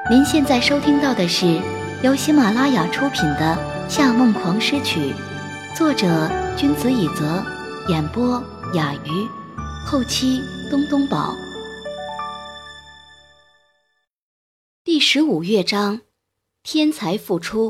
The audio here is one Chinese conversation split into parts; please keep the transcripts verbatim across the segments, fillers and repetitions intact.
您现在收听到的是由喜马拉雅出品的《夏梦狂诗曲》，作者君子以泽，演播雅鱼，后期东东宝。第十五乐章，天才复出。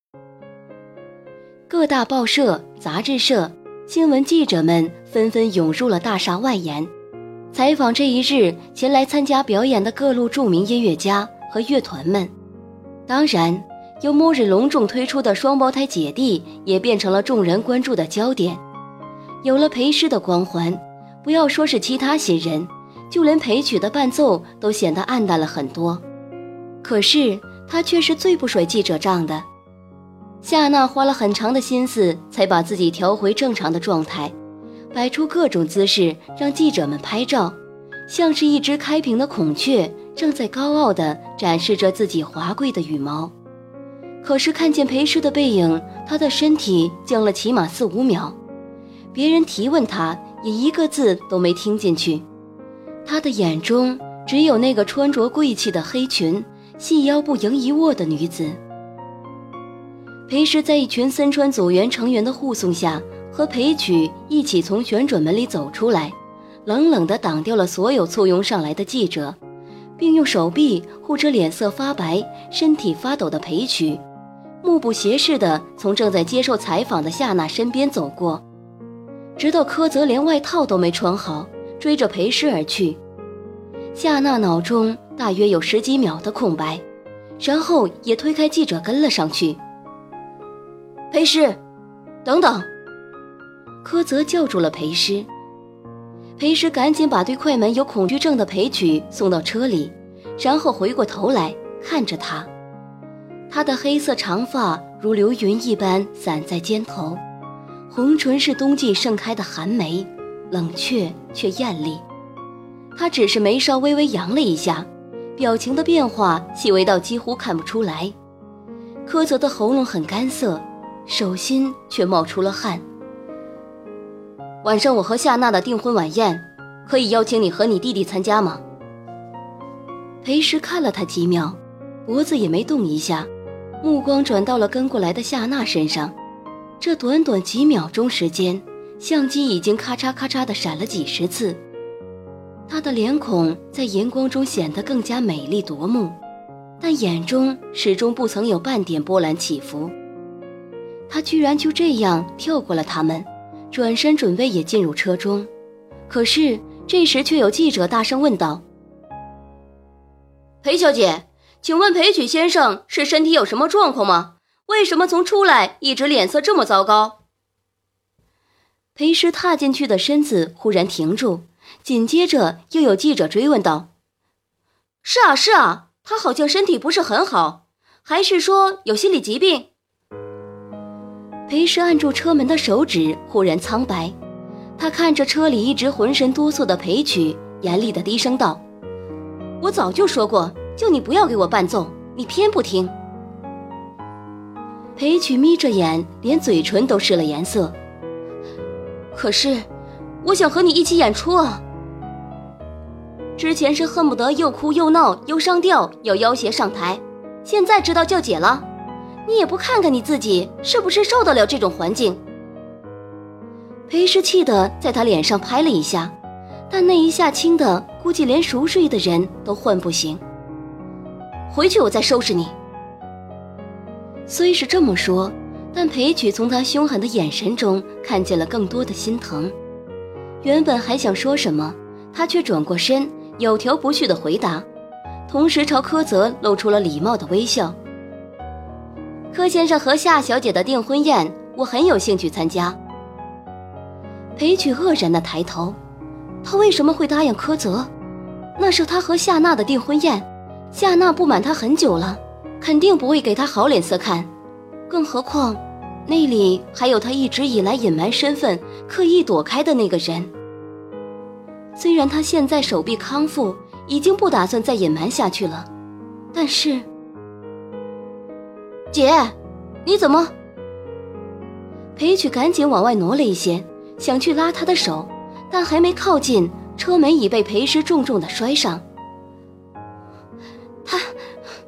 各大报社、杂志社、新闻记者们纷纷涌入了大厦外沿，采访这一日前来参加表演的各路著名音乐家和乐团们。当然，由末日隆重推出的双胞胎姐弟也变成了众人关注的焦点。有了裴诗的光环，不要说是其他新人，就连裴曲的伴奏都显得暗淡了很多。可是他却是最不甩记者账的。夏娜花了很长的心思才把自己调回正常的状态，摆出各种姿势让记者们拍照，像是一只开屏的孔雀，正在高傲地展示着自己华贵的羽毛。可是看见裴诗的背影，他的身体僵了起码四五秒，别人提问他也一个字都没听进去，他的眼中只有那个穿着贵气的黑裙，细腰部盈一握的女子。裴诗在一群森川组员成员的护送下，和裴曲一起从旋转门里走出来，冷冷地挡掉了所有簇拥上来的记者，并用手臂护着脸色发白、身体发抖的裴曲，目不斜视地从正在接受采访的夏娜身边走过，直到柯泽连外套都没穿好，追着裴诗而去。夏娜脑中大约有十几秒的空白，然后也推开记者跟了上去。裴诗，等等！柯泽叫住了裴诗。裴诗赶紧把对快门有恐惧症的裴曲送到车里，然后回过头来看着他。他的黑色长发如流云一般散在肩头，红唇是冬季盛开的寒梅，冷却却艳丽。他只是眉梢微微扬了一下，表情的变化细微到几乎看不出来。柯泽的喉咙很干涩，手心却冒出了汗。晚上我和夏娜的订婚晚宴，可以邀请你和你弟弟参加吗？裴诗看了他几秒，脖子也没动一下，目光转到了跟过来的夏娜身上。这短短几秒钟时间，相机已经咔嚓咔嚓地闪了几十次。她的脸孔在荧光中显得更加美丽夺目，但眼中始终不曾有半点波澜起伏。她居然就这样跳过了他们，转身准备也进入车中。可是这时却有记者大声问道：裴小姐，请问裴曲先生是身体有什么状况吗？为什么从出来一直脸色这么糟糕？裴诗踏进去的身子忽然停住，紧接着又有记者追问道：是啊是啊，他好像身体不是很好，还是说有心理疾病？裴诗按住车门的手指忽然苍白，他看着车里一直浑身哆嗦的裴曲，严厉地低声道：我早就说过，就你不要给我伴奏，你偏不听。裴曲眯着眼，连嘴唇都失了颜色。可是我想和你一起演出啊。之前是恨不得又哭又闹又上吊要要挟上台，现在知道叫姐了，你也不看看你自己是不是受得了这种环境。裴诗气得在他脸上拍了一下，但那一下轻的估计连熟睡的人都唤不醒。回去我再收拾你。虽是这么说，但裴曲从他凶狠的眼神中看见了更多的心疼。原本还想说什么，他却转过身，有条不紊地回答，同时朝柯泽露出了礼貌的微笑。柯先生和夏小姐的订婚宴，我很有兴趣参加。裴曲愕然地抬头，他为什么会答应柯泽？那是他和夏娜的订婚宴，夏娜不满他很久了，肯定不会给他好脸色看。更何况那里还有他一直以来隐瞒身份刻意躲开的那个人。虽然他现在手臂康复，已经不打算再隐瞒下去了，但是姐，你怎么？裴曲赶紧往外挪了一些，想去拉他的手，但还没靠近，车门已被裴诗重重地摔上。他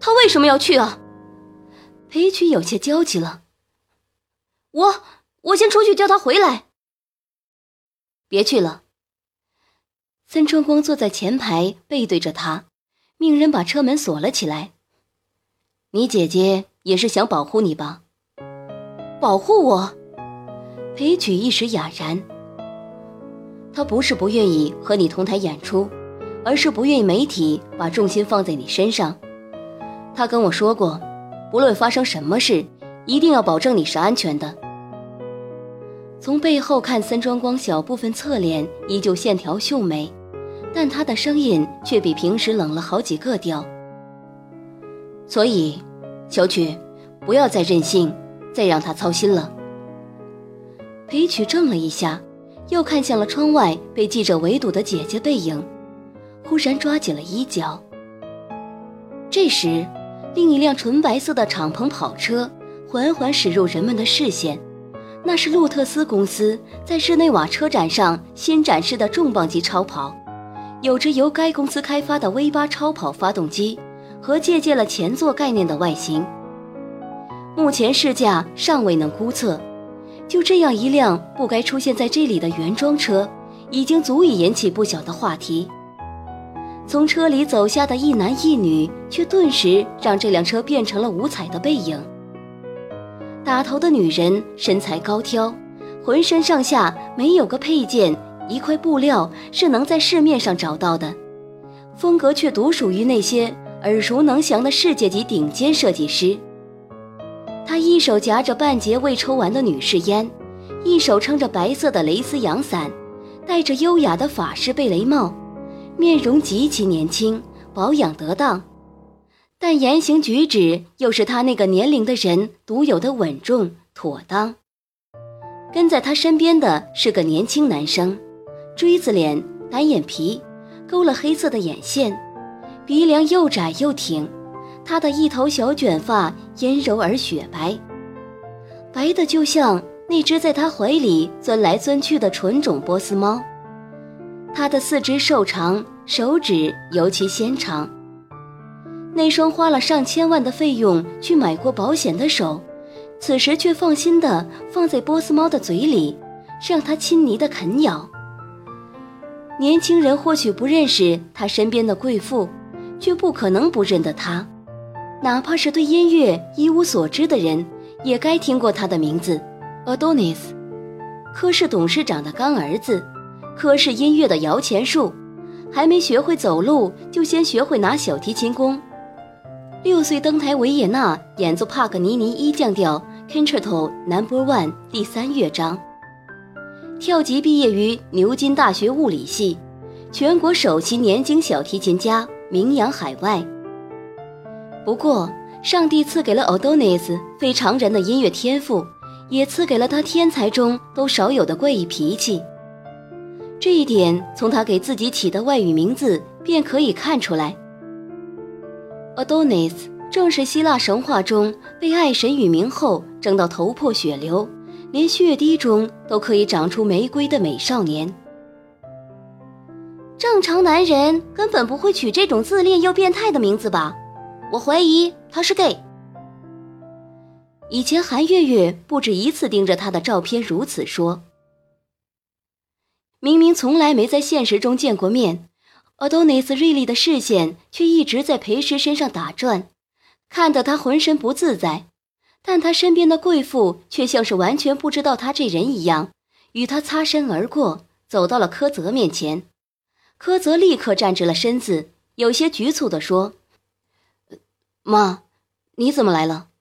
他为什么要去啊？裴曲有些焦急了。我我先出去叫他回来。别去了。森川光坐在前排背对着他，命人把车门锁了起来。你姐姐也是想保护你吧？保护我？裴曲一时哑然。她不是不愿意和你同台演出，而是不愿意媒体把重心放在你身上。她跟我说过，不论发生什么事，一定要保证你是安全的。从背后看，森川光小部分侧脸依旧线条秀美，但他的声音却比平时冷了好几个调。所以小曲，不要再任性，再让他操心了。裴曲怔了一下，又看向了窗外被记者围堵的姐姐背影，忽然抓紧了衣角。这时另一辆纯白色的敞篷跑车缓缓驶入人们的视线，那是路特斯公司在日内瓦车展上新展示的重磅级超跑，有着由该公司开发的 V 八 超跑发动机和借鉴了前作概念的外形。目前市价尚未能估测，就这样一辆不该出现在这里的原装车，已经足以引起不小的话题。从车里走下的一男一女，却顿时让这辆车变成了五彩的背影。打头的女人身材高挑，浑身上下没有个配件一块布料是能在市面上找到的，风格却独属于那些耳熟能详的世界级顶尖设计师。她一手夹着半截未抽完的女士烟，一手撑着白色的蕾丝阳伞，戴着优雅的法式贝雷帽，面容极其年轻，保养得当，但言行举止又是她那个年龄的人独有的稳重妥当。跟在她身边的是个年轻男生，锥子脸，单眼皮，勾了黑色的眼线，鼻梁又窄又挺，他的一头小卷发阴柔而雪白，白的就像那只在他怀里钻来钻去的纯种波斯猫。他的四肢瘦长，手指尤其纤长，那双花了上千万的费用去买过保险的手，此时却放心地放在波斯猫的嘴里，让它亲昵地啃咬。年轻人或许不认识他身边的贵妇，却不可能不认得他，哪怕是对音乐一无所知的人，也该听过他的名字 Adonis， 科氏董事长的干儿子，科氏音乐的摇钱树，还没学会走路就先学会拿小提琴弓，六岁登台维也纳演奏帕格尼尼一降调 Concerto Number One 第三乐章，跳级毕业于牛津大学物理系，全国首席年轻小提琴家，名扬海外。不过上帝赐给了 Adonis 非常人的音乐天赋，也赐给了他天才中都少有的怪异脾气。这一点从他给自己起的外语名字便可以看出来。Adonis 正是希腊神话中被爱神与名后争到头破血流，连血滴中都可以长出玫瑰的美少年。正常男人根本不会取这种自恋又变态的名字吧？我怀疑他是 gay。 以前韩月月不止一次盯着他的照片如此说。明明从来没在现实中见过面， Adonis 锐利的视线却一直在裴时身上打转，看得他浑身不自在。但他身边的贵妇却像是完全不知道他这人一样，与他擦身而过，走到了柯泽面前。柯泽立刻站直了身子，有些局促地说：妈，你怎么来了？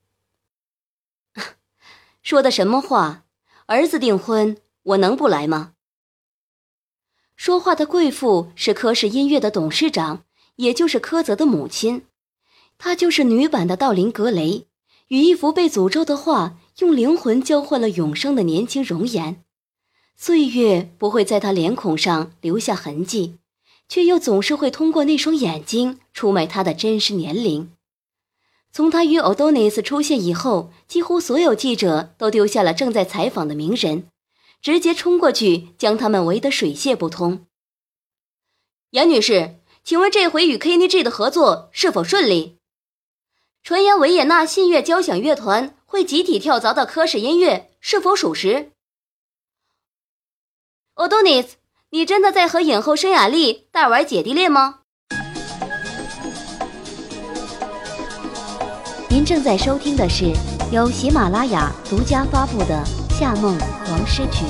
说的什么话？儿子订婚，我能不来吗？说话的贵妇是科氏音乐的董事长，也就是柯泽的母亲，她就是女版的道林格雷，与一幅被诅咒的画用灵魂交换了永生的年轻容颜。岁月不会在她脸孔上留下痕迹，却又总是会通过那双眼睛出卖她的真实年龄。从他与 Adonis 出现以后，几乎所有记者都丢下了正在采访的名人，直接冲过去将他们围得水泄不通。严女士，请问这回与 K N G 的合作是否顺利？ 传言维也纳信乐交响乐团会集体跳槽到科室音乐，是否属实？欧多尼斯，你真的在和影后申雅丽大玩姐弟恋吗？ 您正在收听的是由喜马拉雅独家发布的《夏梦狂诗曲》。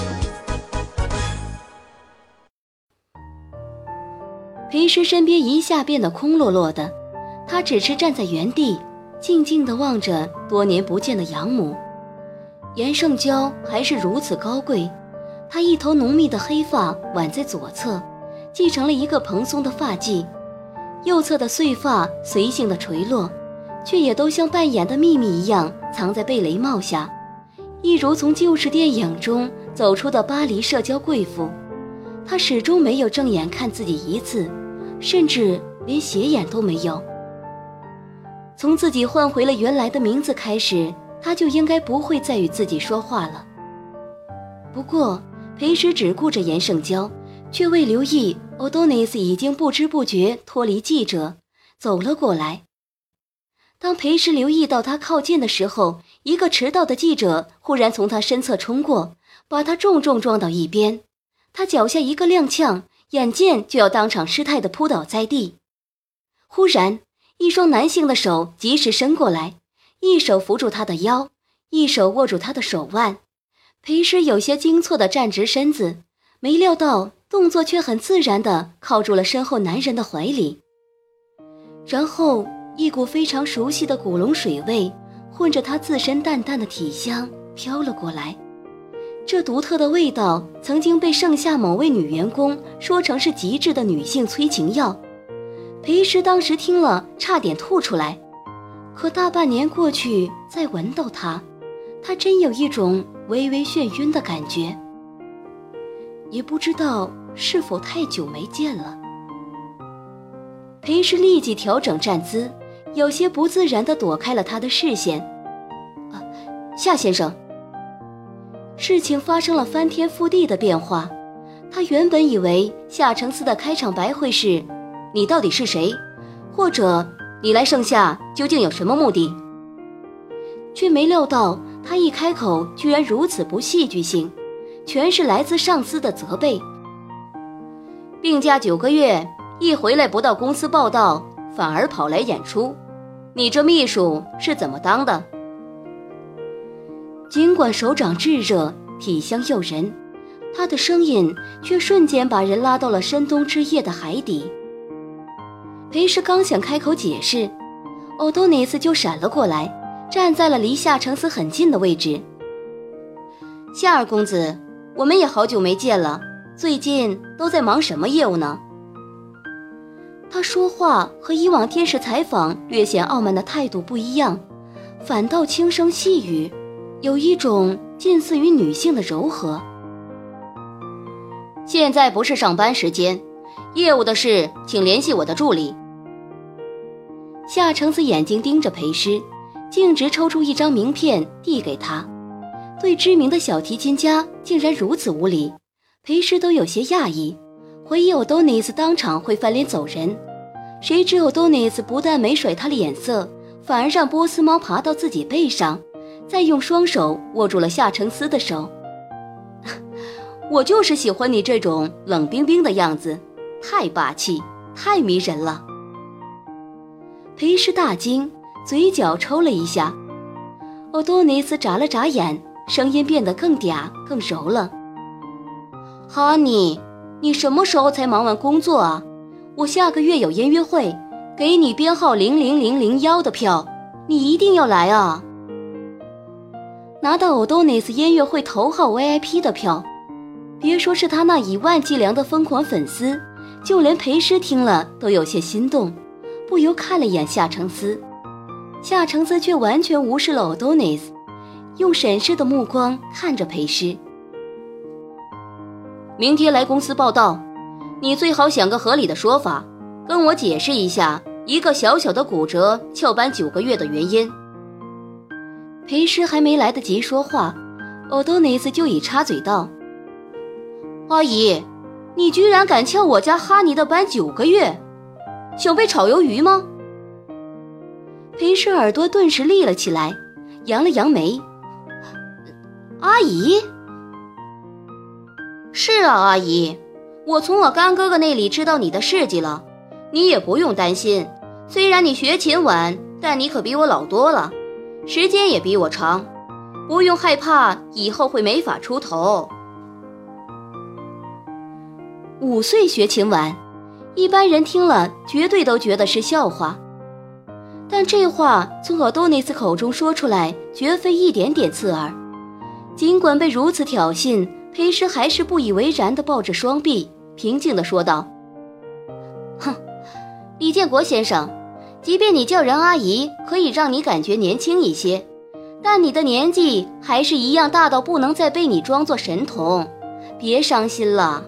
裴诗身边一下变得空落落的，他只是站在原地，静静地望着多年不见的养母。颜胜娇还是如此高贵，她一头浓密的黑发挽在左侧，系成了一个蓬松的发髻，右侧的碎发随性的垂落，却也都像扮演的秘密一样藏在贝雷帽下，一如从旧式电影中走出的巴黎社交贵妇。她始终没有正眼看自己一次，甚至连斜眼都没有。从自己换回了原来的名字开始，他就应该不会再与自己说话了。不过裴诗只顾着颜胜娇，却未留意欧多内斯已经不知不觉脱离记者，走了过来。当裴诗留意到他靠近的时候，一个迟到的记者忽然从他身侧冲过，把他重重撞到一边。他脚下一个踉跄，眼见就要当场失态地扑倒在地。忽然一双男性的手及时伸过来，一手扶住他的腰，一手握住他的手腕。裴诗有些惊错地站直身子，没料到动作却很自然地靠住了身后男人的怀里。然后一股非常熟悉的古龙水味混着他自身淡淡的体香飘了过来。这独特的味道曾经被盛夏某位女员工说成是极致的女性催情药，裴诗当时听了差点吐出来。可大半年过去，再闻到它，他真有一种微微眩晕的感觉。也不知道是否太久没见了。裴诗立即调整站姿，有些不自然地躲开了他的视线。啊，夏先生。事情发生了翻天覆地的变化。他原本以为夏承思的开场白会是你到底是谁，或者你来盛夏究竟有什么目的，却没料到他一开口居然如此不戏剧性，全是来自上司的责备。病假九个月，一回来不到公司报道，反而跑来演出，你这秘书是怎么当的？尽管手掌炙热，体香诱人，他的声音却瞬间把人拉到了深冬之夜的海底。裴诗刚想开口解释，欧多内斯就闪了过来，站在了离夏承思很近的位置。夏二公子，我们也好久没见了，最近都在忙什么业务呢？他说话和以往电视采访略显傲慢的态度不一样，反倒轻声细语，有一种近似于女性的柔和。现在不是上班时间，业务的事请联系我的助理。夏承思眼睛盯着裴诗，径直抽出一张名片递给他。对知名的小提琴家竟然如此无礼，裴诗都有些讶异，怀疑欧多内斯当场会翻脸走人。谁知欧多内斯不但没甩他脸色，反而让波斯猫爬到自己背上，再用双手握住了夏承思的手。我就是喜欢你这种冷冰冰的样子，太霸气，太迷人了。裴诗大惊，嘴角抽了一下。欧多尼斯眨了眨眼，声音变得更嗲更柔了。哈尼，你什么时候才忙完工作啊？我下个月有音乐会，给你编号零零零零一的票，你一定要来啊。拿到欧多尼斯音乐会头号 V I P 的票，别说是他那以万计量的疯狂粉丝，就连裴诗听了都有些心动，不由看了一眼夏承思。夏承思却完全无视了欧多尼斯，用审视的目光看着裴诗。明天来公司报道，你最好想个合理的说法，跟我解释一下一个小小的骨折翘班九个月的原因。裴诗还没来得及说话，欧多尼斯就已插嘴道：阿姨，你居然敢翘我家哈尼的班九个月，想被炒鱿鱼吗？ 裴氏耳朵顿时立了起来，扬了扬眉。阿姨？是啊，阿姨，我从我干哥哥那里知道你的事迹了，你也不用担心，虽然你学琴晚，但你可比我老多了，时间也比我长，不用害怕以后会没法出头。五岁学琴晚，一般人听了绝对都觉得是笑话，但这话从尔多内斯口中说出来，绝非一点点刺耳。尽管被如此挑衅，裴师还是不以为然地抱着双臂，平静地说道：哼，李建国先生，即便你叫人阿姨可以让你感觉年轻一些，但你的年纪还是一样大到不能再被你装作神童，别伤心了。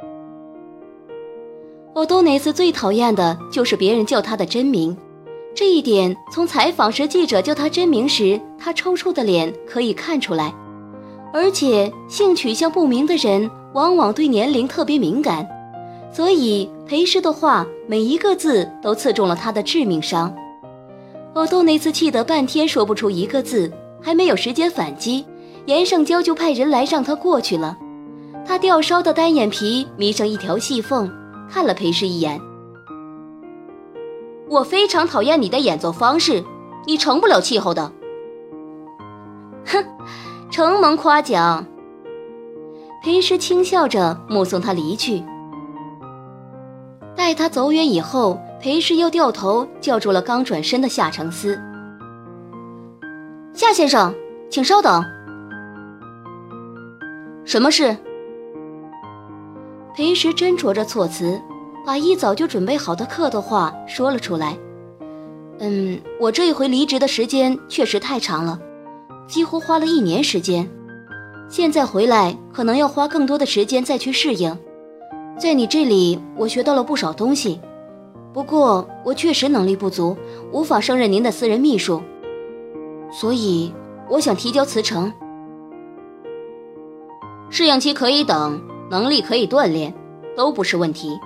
奥多内斯最讨厌的就是别人叫他的真名，这一点从采访时记者叫他真名时他抽搐的脸可以看出来。而且性取向不明的人往往对年龄特别敏感，所以裴师的话每一个字都刺中了他的致命伤。奥多内斯气得半天说不出一个字，还没有时间反击，严胜娇就派人来让他过去了。他吊梢的单眼皮眯成一条细缝，看了裴师一眼。我非常讨厌你的演奏方式，你成不了气候的。哼，承蒙夸奖。裴师轻笑着目送他离去。待他走远以后，裴师又掉头叫住了刚转身的夏承思。夏先生，请稍等。什么事？裴师斟酌着措辞，把一早就准备好的客套话说了出来。嗯，我这一回离职的时间确实太长了，几乎花了一年时间，现在回来可能要花更多的时间再去适应。在你这里我学到了不少东西，不过我确实能力不足，无法胜任您的私人秘书，所以我想提交辞呈。适应期可以等，能力可以锻炼，都不是问题。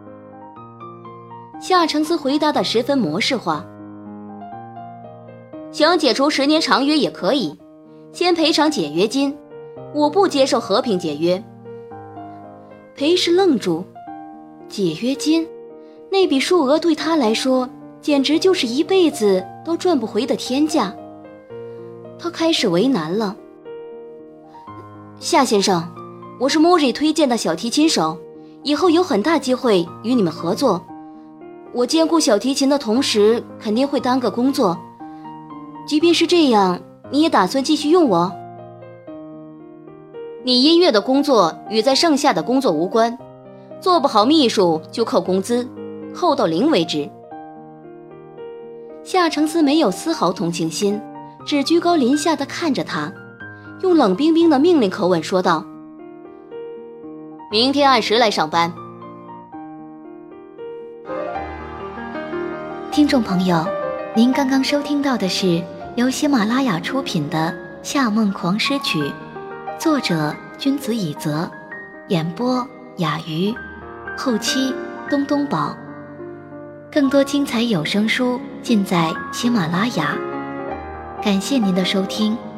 夏承思回答得十分模式化。想解除十年长约也可以，先赔偿解约金，我不接受和平解约。裴氏愣住，解约金？那笔数额对他来说简直就是一辈子都赚不回的天价。他开始为难了。夏先生，我是莫瑞推荐的小提琴手，以后有很大机会与你们合作。我兼顾小提琴的同时肯定会耽搁工作，即便是这样，你也打算继续用我？你音乐的工作与在盛夏的工作无关，做不好秘书就扣工资，扣到零为止。夏承思没有丝毫同情心，只居高临下地看着他，用冷冰冰的命令口吻说道：明天按时来上班。 听众朋友，您刚刚收听到的是由喜马拉雅出品的《夏梦狂诗曲》，作者君子以泽，演播雅鱼，后期东东宝。更多精彩有声书尽在喜马拉雅。感谢您的收听。